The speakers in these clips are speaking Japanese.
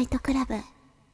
イトクラブ。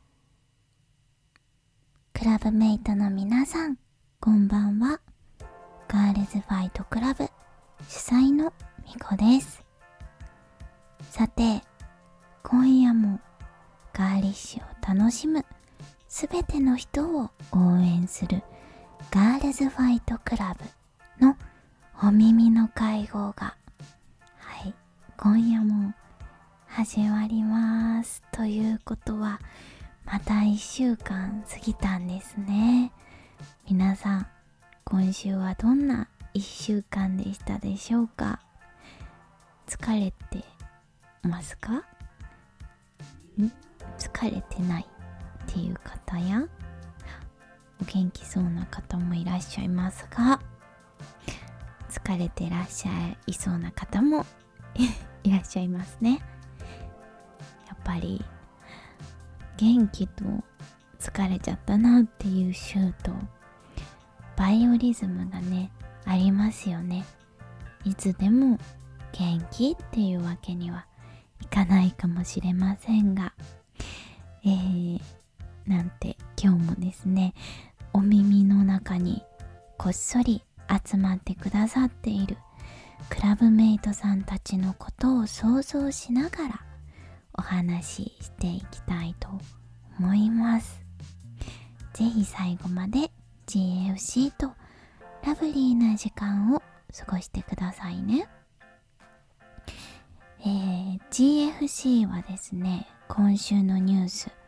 クラブメイトの皆さん、こんばんは。ガールズファイトクラブ主催のみこです。さて、今夜もガーリッシュを楽しむすべての人を応援するガールズファイトクラブのお耳の会合が、今夜も始まります。ということは、また1週間過ぎたんですね。皆さん、今週はどんな1週間でしたでしょうか？疲れてますか？疲れてないっていう方や、お元気そうな方もいらっしゃいますが、疲れてらっしゃいそうな方もいらっしゃいますね。やっぱり元気と疲れちゃったなっていう週と、バイオリズムがねありますよね。いつでも元気っていうわけにはいかないかもしれませんが、なんて今日もですね、お耳の中にこっそり集まってくださっているクラブメイトさんたちのことを想像しながらお話ししていきたいと思います。ぜひ最後まで GFC とラブリーな時間を過ごしてくださいね。GFC はですね、今週のニュース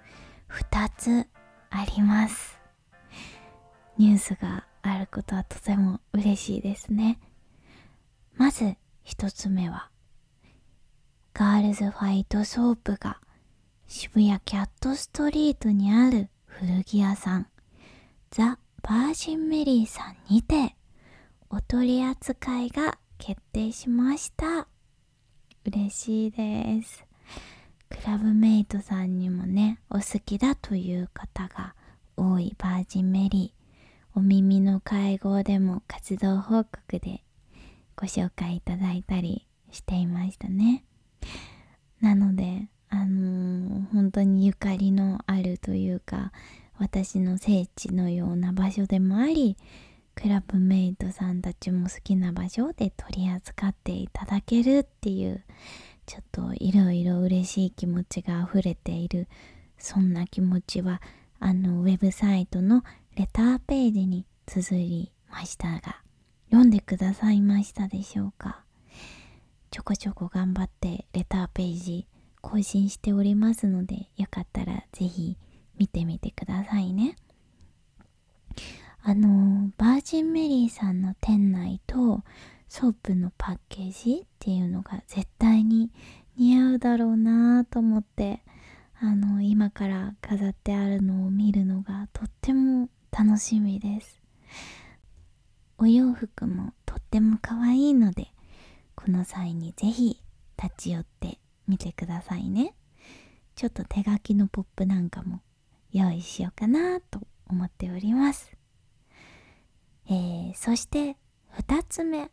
2つあります。ニュースがあることはとても嬉しいですね。まず1つ目は、ガールズファイトソープが渋谷キャットストリートにある古着屋さんザ・バージンメリーさんにてお取り扱いが決定しました。嬉しいです。クラブメイトさんにもねお好きだという方が多いバージンメリー、お耳の会合でも活動報告でご紹介いただいたりしていましたね。なので本当にゆかりのあるというか、私の聖地のような場所でもあり、クラブメイトさんたちも好きな場所で取り扱っていただけるっていう、ちょっといろいろ嬉しい気持ちが溢れている。そんな気持ちはウェブサイトのレターページに綴りましたが、読んでくださいましたでしょうか？ちょこちょこ頑張ってレターページ更新しておりますので、よかったらぜひ見てみてくださいね。バージンメリーさんの店内とソープのパッケージっていうのが絶対に似合うだろうなと思って、今から飾ってあるのを見るのがとっても楽しみです。お洋服もとっても可愛いので、この際にぜひ立ち寄ってみてくださいね。ちょっと手書きのポップなんかも用意しようかなと思っております。そして2つ目、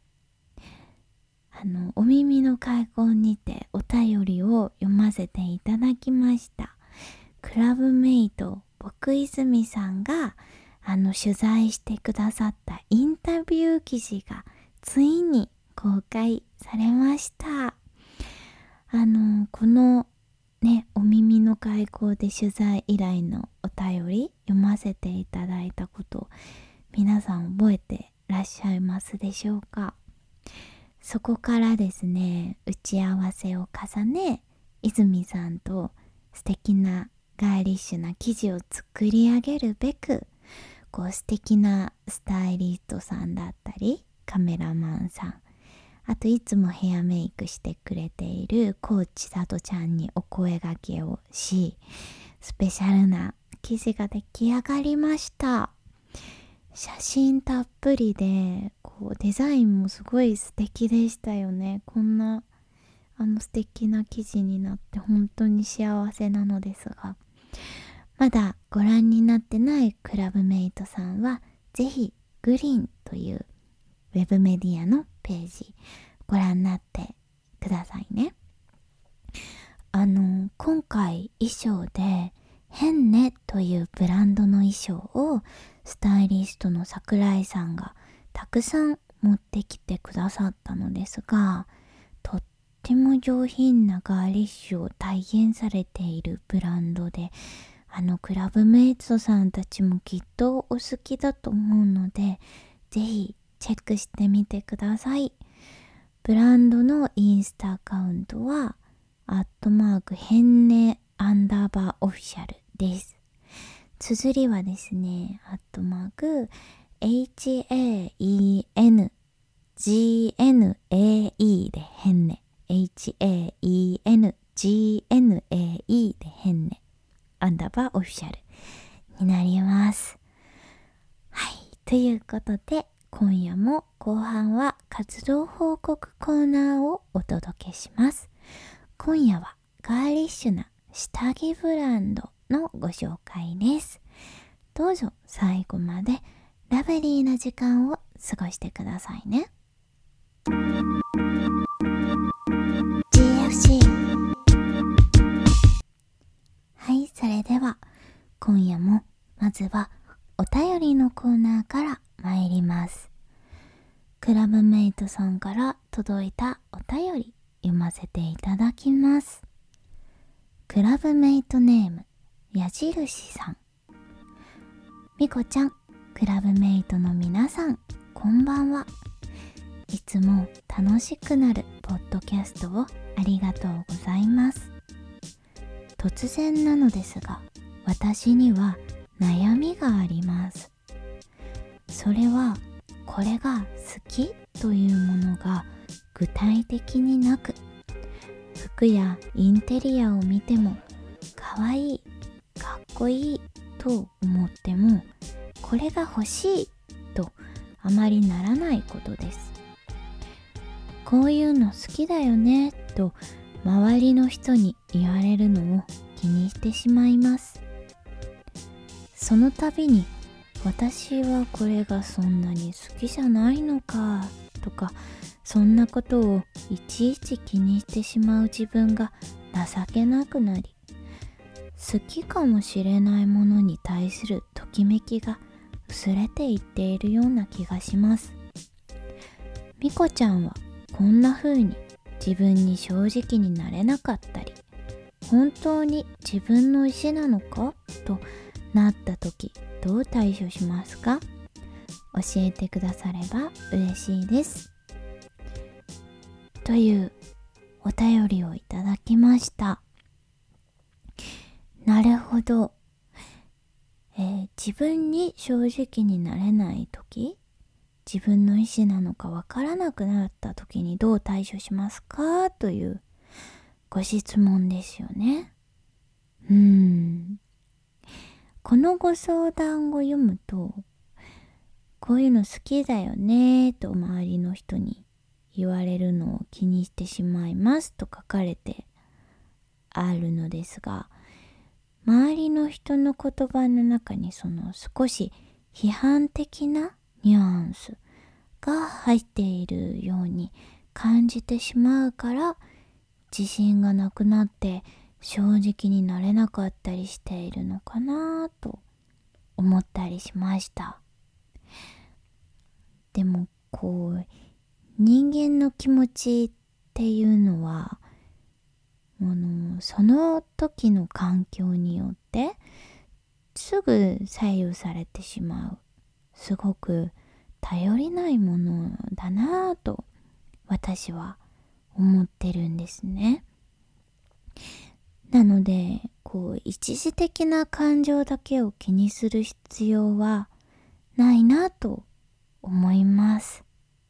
お耳の会合にてお便りを読ませていただきました。クラブメイト僕泉さんが取材してくださったインタビュー記事がついに公開されました。このね、お耳の会合で取材依頼のお便り読ませていただいたこと、皆さん覚えてらっしゃいますでしょうか？そこからですね、打ち合わせを重ね、泉さんと素敵なガーリッシュな記事を作り上げるべく、素敵なスタイリストさんだったりカメラマンさん、あといつもヘアメイクしてくれているコーチさとちゃんにお声掛けをし、スペシャルな記事が出来上がりました。写真たっぷりで、デザインもすごい素敵でしたよね。こんな素敵な記事になって本当に幸せなのですが、まだご覧になってないクラブメイトさんはぜひグリーンというウェブメディアのページご覧になってくださいね。 今回衣装でヘンネというブランドの衣装をスタイリストの桜井さんがたくさん持ってきてくださったのですが、とっても上品なガーリッシュを体現されているブランドで、クラブメイトさんたちもきっとお好きだと思うので、ぜひチェックしてみてください。ブランドのインスタアカウントはヘンネ_オフィシャルです。綴りはですね、HAENGNAE でヘンネ、HAENGNAE でヘンネ_オフィシャルになります。はい、ということで今夜も後半は活動報告コーナーをお届けします。今夜はガーリッシュな下着ブランドのご紹介です。どうぞ最後までラブリーな時間を過ごしてくださいね。GFC。 はい、それでは今夜もまずはお便りのコーナーから参ります。クラブメイトさんから届いたお便り読ませていただきます。クラブメイトネーム矢印さん。みこちゃん、クラブメイトの皆さん、こんばんは。いつも楽しくなるポッドキャストをありがとうございます。突然なのですが、私には悩みがあります。それはこれが好きというものが具体的になく、服やインテリアを見てもかわいい、かっこいいと思っても、これが欲しいとあまりならないことです。こういうの好きだよねと周りの人に言われるのを気にしてしまいます。その度に私はこれがそんなに好きじゃないのかとか、そんなことをいちいち気にしてしまう自分が情けなくなり、好きかもしれないものに対するときめきが薄れていっているような気がします。みこちゃんはこんな風に自分に正直になれなかったり、本当に自分の意思なのかとなった時、どう対処しますか？教えてくだされば嬉しいです。というお便りをいただきました。なるほど。自分に正直になれない時、自分の意思なのかわからなくなった時にどう対処しますかというご質問ですよね。このご相談を読むと、こういうの好きだよねと周りの人に言われるのを気にしてしまいますと書かれてあるのですが、周りの人の言葉の中にその少し批判的なニュアンスが入っているように感じてしまうから、自信がなくなって正直になれなかったりしているのかなと思ったりしました。でも人間の気持ちっていうのはその時の環境によってすぐ左右されてしまう、すごく頼りないものだなぁと私は思ってるんですね。なので一時的な感情だけを気にする必要はないなと思います。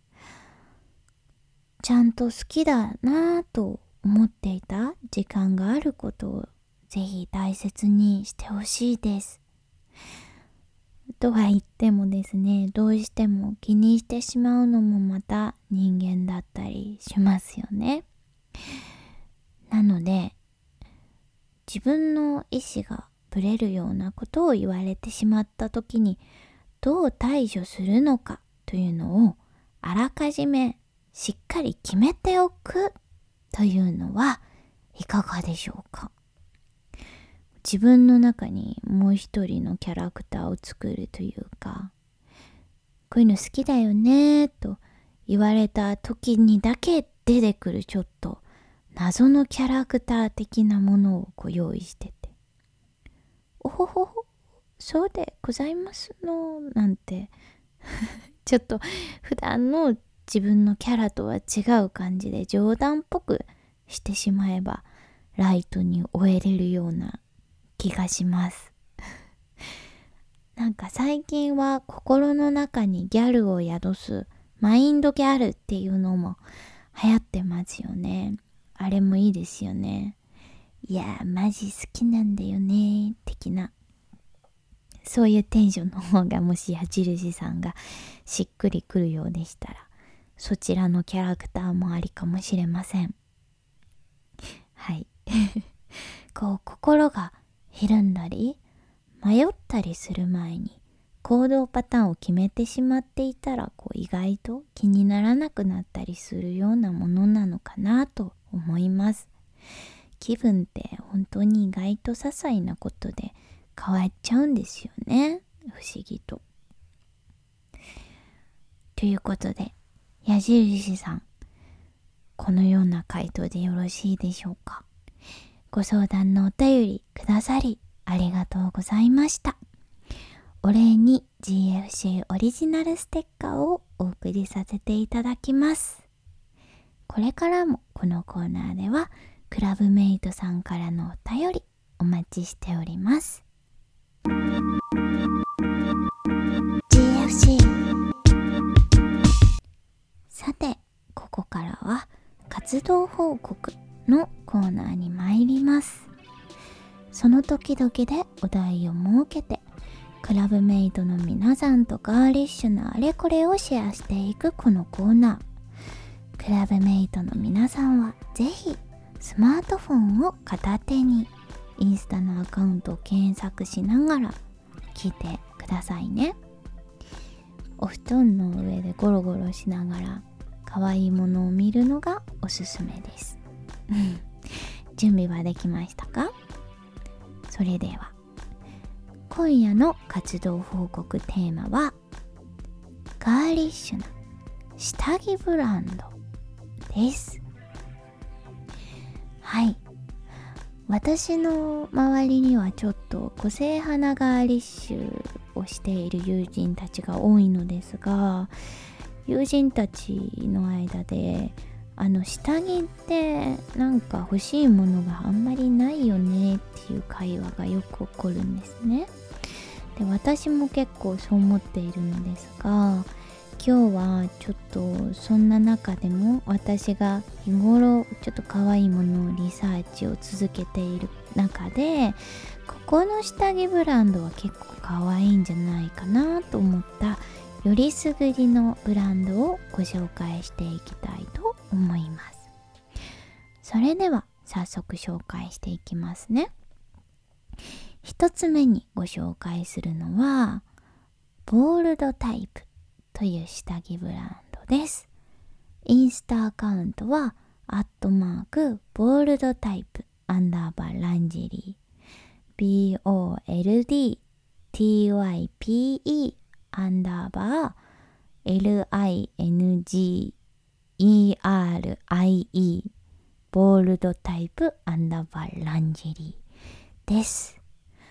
ちゃんと好きだなと思っていた時間があることをぜひ大切にしてほしいです。とは言ってもですね、どうしても気にしてしまうのもまた人間だったりしますよね。なので自分の意志がぶれるようなことを言われてしまった時にどう対処するのかというのをあらかじめしっかり決めておくというのはいかがでしょうか。自分の中にもう一人のキャラクターを作るというか、こういうの好きだよねと言われた時にだけ出てくるちょっと謎のキャラクター的なものをこう用意してて、おほほほ、そうでございますのなんてちょっと普段の自分のキャラとは違う感じで冗談っぽくしてしまえばライトに終えれるような気がしますなんか最近は心の中にギャルを宿すマインドギャルっていうのも流行ってますよね。あれもいいですよね。いやマジ好きなんだよね的な、そういうテンションの方がもし矢印さんがしっくりくるようでしたら、そちらのキャラクターもありかもしれません。はいこう心がひるんだり迷ったりする前に行動パターンを決めてしまっていたら、こう意外と気にならなくなったりするようなものなのかなと思います。気分って本当に意外と些細なことで変わっちゃうんですよね、不思議と。ということで矢印さん、このような回答でよろしいでしょうか。ご相談のお便りくださりありがとうございました。お礼に GFC オリジナルステッカーをお送りさせていただきます。これからもこのコーナーではクラブメイトさんからのお便りお待ちしております。 GFC。 さてここからは活動報告のコーナーに参ります。その時々でお題を設けてクラブメイトの皆さんとガーリッシュなあれこれをシェアしていくこのコーナー。クラブメイトの皆さんはぜひスマートフォンを片手にインスタのアカウントを検索しながら聞いてくださいね。お布団の上でゴロゴロしながら可愛いものを見るのがおすすめです準備はできましたか？それでは今夜の活動報告テーマはガーリッシュな下着ブランドです。はい、私の周りにはちょっと個性派なガーリッシュをしている友人たちが多いのですが、友人たちの間で下着ってなんか欲しいものがあんまりないよねっていう会話がよく起こるんですね。で、私も結構そう思っているのですが、今日はちょっとそんな中でも私が日頃ちょっと可愛いものをリサーチを続けている中で、ここの下着ブランドは結構可愛いんじゃないかなと思ったよりすぐりのブランドをご紹介していきたいと思います。それでは早速紹介していきますね。一つ目にご紹介するのはボールドタイプという下着ブランドです。インスタアカウントはボールドタイプランジェリー BOLDTYPE LINGERIE ボールドタイプランジェリーです。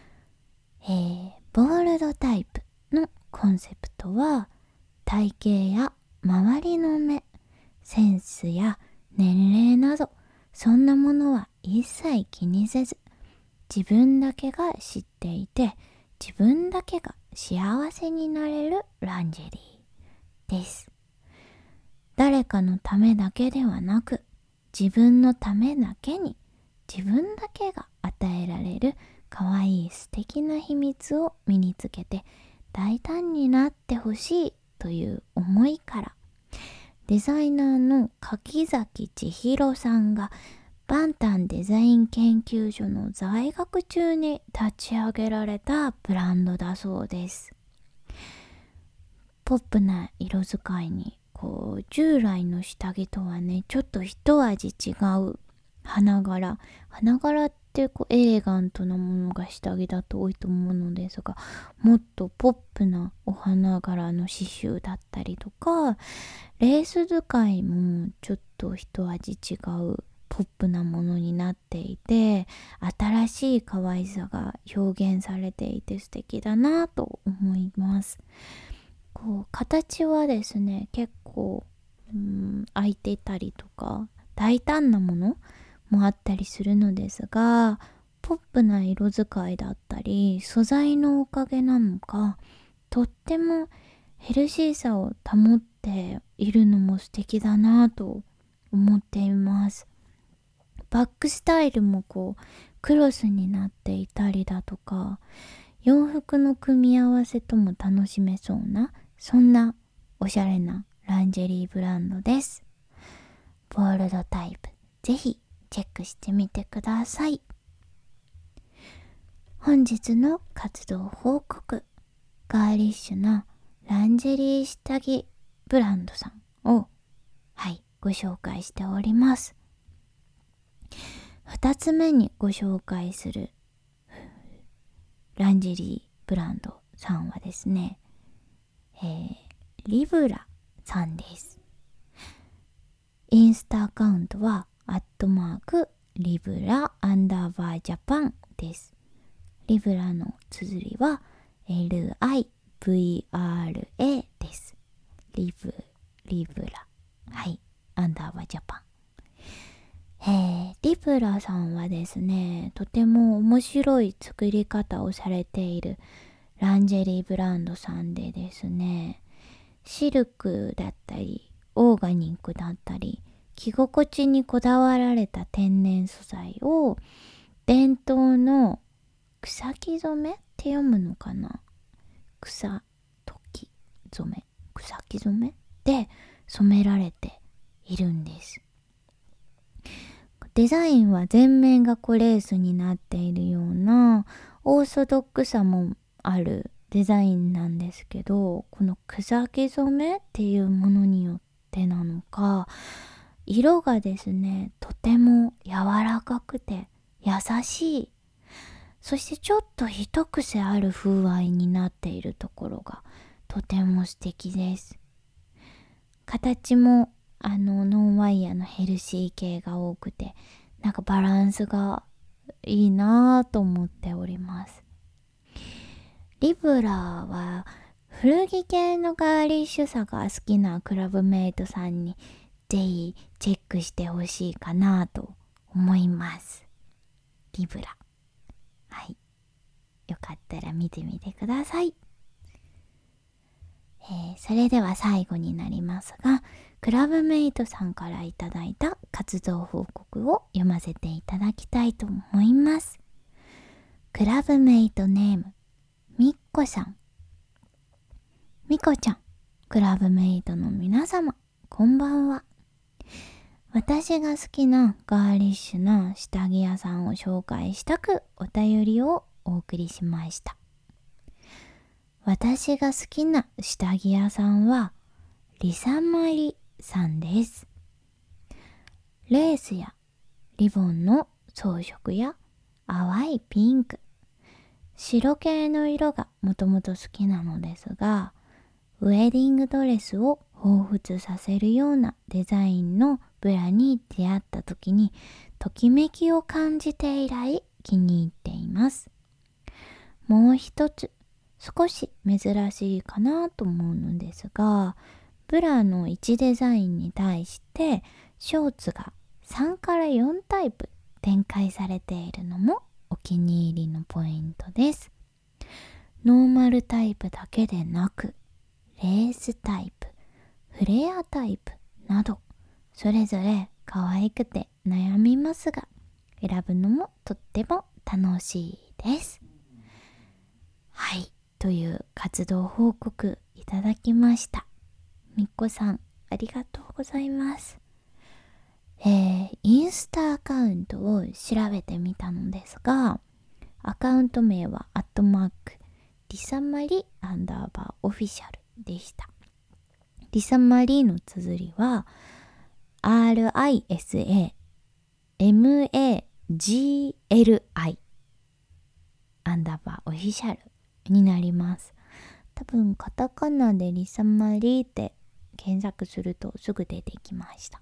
ボールドタイプのコンセプトは体型や周りの目、センスや年齢などそんなものは一切気にせず、自分だけが知っていて自分だけが幸せになれるランジェリーです。誰かのためだけではなく、自分のためだけに自分だけが与えられる可愛い素敵な秘密を身につけて大胆になってほしいという思いから、デザイナーの柿崎千尋さんがバンタンデザイン研究所の在学中に立ち上げられたブランドだそうです。ポップな色使いに、従来の下着とはね、ちょっと一味違う花柄ってエレガントなものが下着だと多いと思うのですが、もっとポップなお花柄の刺繍だったりとか、レース使いもちょっと一味違うポップなものになっていて、新しい可愛さが表現されていて素敵だなと思います。形はですね、結構開いていたりとか大胆なものもあったりするのですが、ポップな色使いだったり素材のおかげなのか、とってもヘルシーさを保っているのも素敵だなと思っています。バックスタイルもクロスになっていたりだとか、洋服の組み合わせとも楽しめそうな、そんなおしゃれなランジェリーブランドです。ボールドタイプ、ぜひチェックしてみてください。本日の活動報告、ガーリッシュなランジェリー下着ブランドさんをご紹介しております。2つ目にご紹介するランジェリーブランドさんはですね、リブラさんです。インスタアカウントはリブラ_ジャパンです。リブラの綴りは LIVRA です。リブラ、ジャパン。リブラさんはですね、とても面白い作り方をされているランジェリーブランドさんでですね、シルクだったりオーガニックだったり着心地にこだわられた天然素材を伝統の草木染めって読むのかな、草木染めで染められているんです。デザインは全面がレースになっているようなオーソドックさもあるデザインなんですけど、この草木染めっていうものによってなのか、色がですね、とても柔らかくて優しい、そしてちょっと一癖ある風合いになっているところがとても素敵です。形もノンワイヤーのヘルシー系が多くて、なんかバランスがいいなぁと思っております。リブラは古着系のガーリッシュさが好きなクラブメイトさんにぜひチェックしてほしいかなと思います。リブラ、よかったら見てみてください。それでは最後になりますが、クラブメイトさんからいただいた活動報告を読ませていただきたいと思います。クラブメイトネームみっこさん。みこちゃん、クラブメイトの皆様、こんばんは。私が好きなガーリッシュな下着屋さんを紹介したくお便りをお送りしました。私が好きな下着屋さんはリサマリさんです。レースやリボンの装飾や淡いピンク、白系の色がもともと好きなのですが、ウェディングドレスを彷彿させるようなデザインのブラに出会った時にときめきを感じて以来気に入っています。もう一つ少し珍しいかなと思うのですが、ブラの1デザインに対してショーツが3から4タイプ展開されているのもお気に入りのポイントです。ノーマルタイプだけでなく、レースタイプ、フレアタイプなど、それぞれ可愛くて悩みますが、選ぶのもとっても楽しいです。という活動報告いただきました。みっこさん、ありがとうございます。インスタアカウントを調べてみたのですが、アカウント名はリサマリ_オフィシャルでした。リサマリの綴りは RISA MAGLI アンダーバーオフィシャルになります。多分カタカナでリサマリって検索するとすぐ出てきました。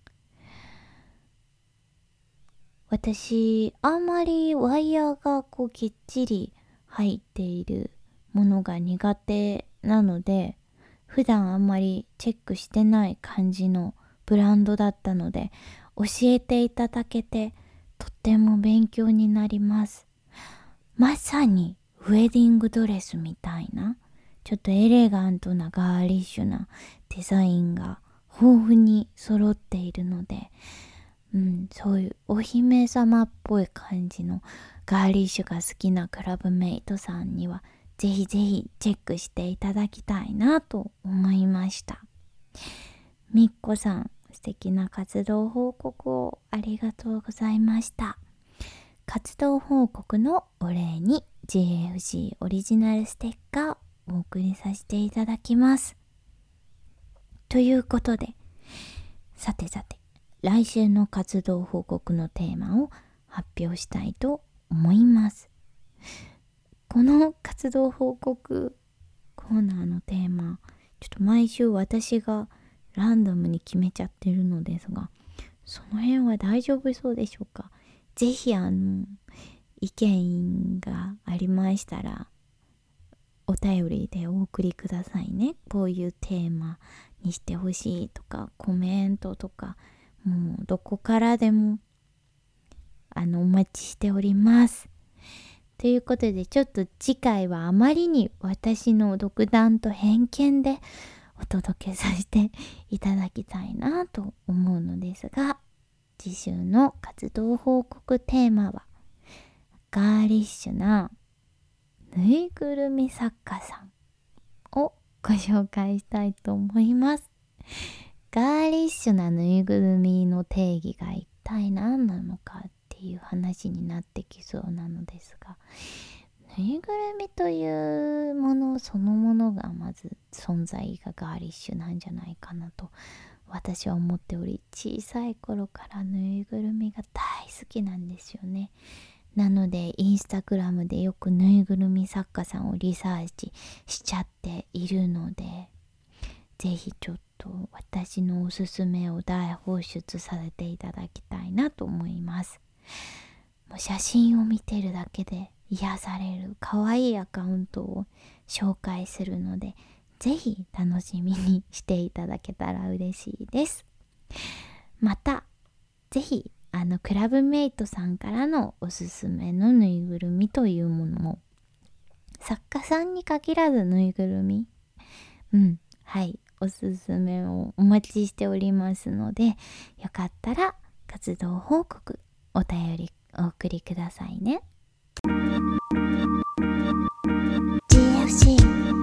私あんまりワイヤーがきっちり入っているものが苦手なので、普段あんまりチェックしてない感じのブランドだったので、教えていただけてとっても勉強になります。まさにウェディングドレスみたいな、ちょっとエレガントなガーリッシュなデザインが豊富に揃っているので、そういうお姫様っぽい感じのガーリッシュが好きなクラブメイトさんにはぜひぜひチェックしていただきたいなと思いました。みっこさん、素敵な活動報告をありがとうございました。活動報告のお礼に GFC オリジナルステッカーをお送りさせていただきます。ということで、さて来週の活動報告のテーマを発表したいと思います。この活動報告コーナーのテーマ、ちょっと毎週私がランダムに決めちゃってるのですが、その辺は大丈夫そうでしょうか。ぜひ意見がありましたらお便りでお送りくださいね。こういうテーマにしてほしいとか、コメントとか、もうどこからでもお待ちしております。ということで、ちょっと次回はあまりに私の独断と偏見でお届けさせていただきたいなと思うのですが、次週の活動報告テーマはガーリッシュなぬいぐるみ作家さんをご紹介したいと思います。ガーリッシュなぬいぐるみの定義が一体何なのかっていう話になってきそうなのですが、ぬいぐるみというものそのものがまず存在がガーリッシュなんじゃないかなと私は思っており、小さい頃からぬいぐるみが大好きなんですよね。なのでインスタグラムでよくぬいぐるみ作家さんをリサーチしちゃっているので、ぜひちょっと私のおすすめを大放出させていただきたいなと思います。もう写真を見てるだけで癒される可愛いアカウントを紹介するので、ぜひ楽しみにしていただけたら嬉しいです。またぜひクラブメイトさんからのおすすめのぬいぐるみというものも、作家さんに限らずぬいぐるみ、はいおすすめをお待ちしておりますので、よかったら活動報告お便りお送りくださいね。 GFC。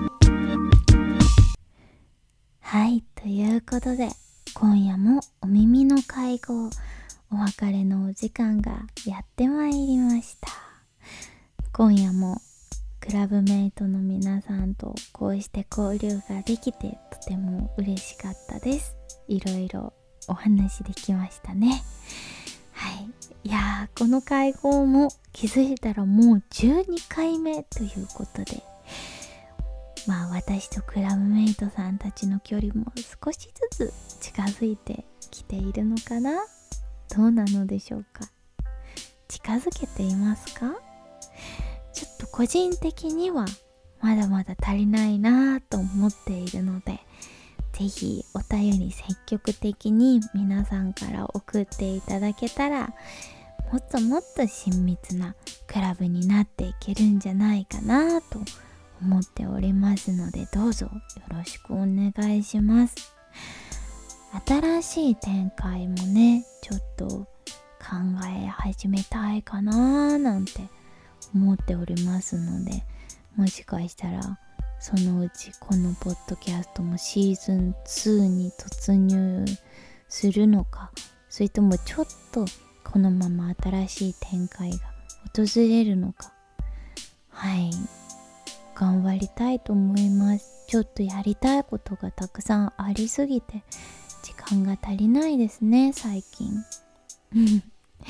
はい、ということで今夜もお耳の会合、お別れのお時間がやってまいりました。今夜もクラブメイトの皆さんとこうして交流ができてとても嬉しかったです。いろいろお話できましたね。はい、いやー、この会合も気づいたらもう12回目ということで、私とクラブメイトさんたちの距離も少しずつ近づいてきているのかな。どうなのでしょうか。近づけていますか？ちょっと個人的にはまだまだ足りないなぁと思っているので、ぜひお便り積極的に皆さんから送っていただけたら、もっともっと親密なクラブになっていけるんじゃないかなと思っておりますので、どうぞよろしくお願いします。新しい展開もね、ちょっと考え始めたいかななんて思っておりますので、もしかしたらそのうちこのポッドキャストもシーズン2に突入するのか、それともちょっとこのまま新しい展開が訪れるのか、はい、頑張りたいと思います。ちょっとやりたいことがたくさんありすぎて時間が足りないですね、最近。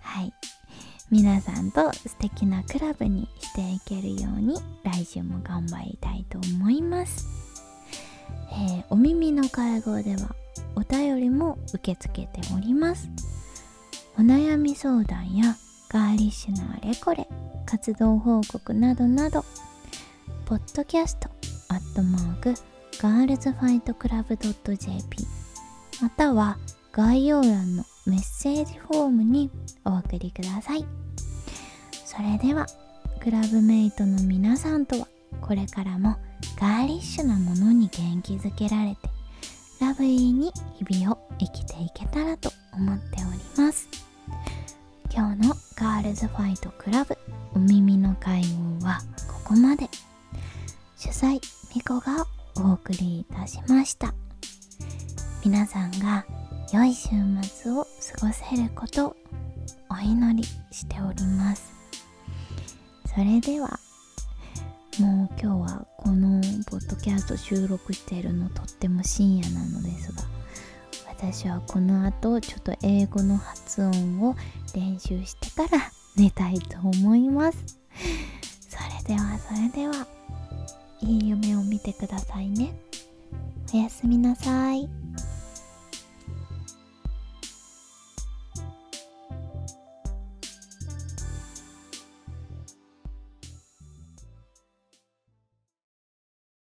はい、皆さんと素敵なクラブにしていけるように来週も頑張りたいと思います。お耳の会合ではお便りも受け付けております。お悩み相談やガーリッシュなあれこれ、活動報告などなど、podcast@girlsfightclub.jp または概要欄のメッセージフォームにお送りください。それではクラブメイトの皆さんとはこれからもガーリッシュなものに元気づけられてラブリーに日々を生きていけたらと思っております。今日のガールズファイトクラブお耳の会合はここまで。主催みこがお送りいたしました。皆さんが良い週末を過ごせることをお祈りしております。それではもう今日はこのポッドキャスト収録しているのとっても深夜なのですが、私はこの後ちょっと英語の発音を練習してから寝たいと思います。それではいい夢を見てくださいね。おやすみなさい。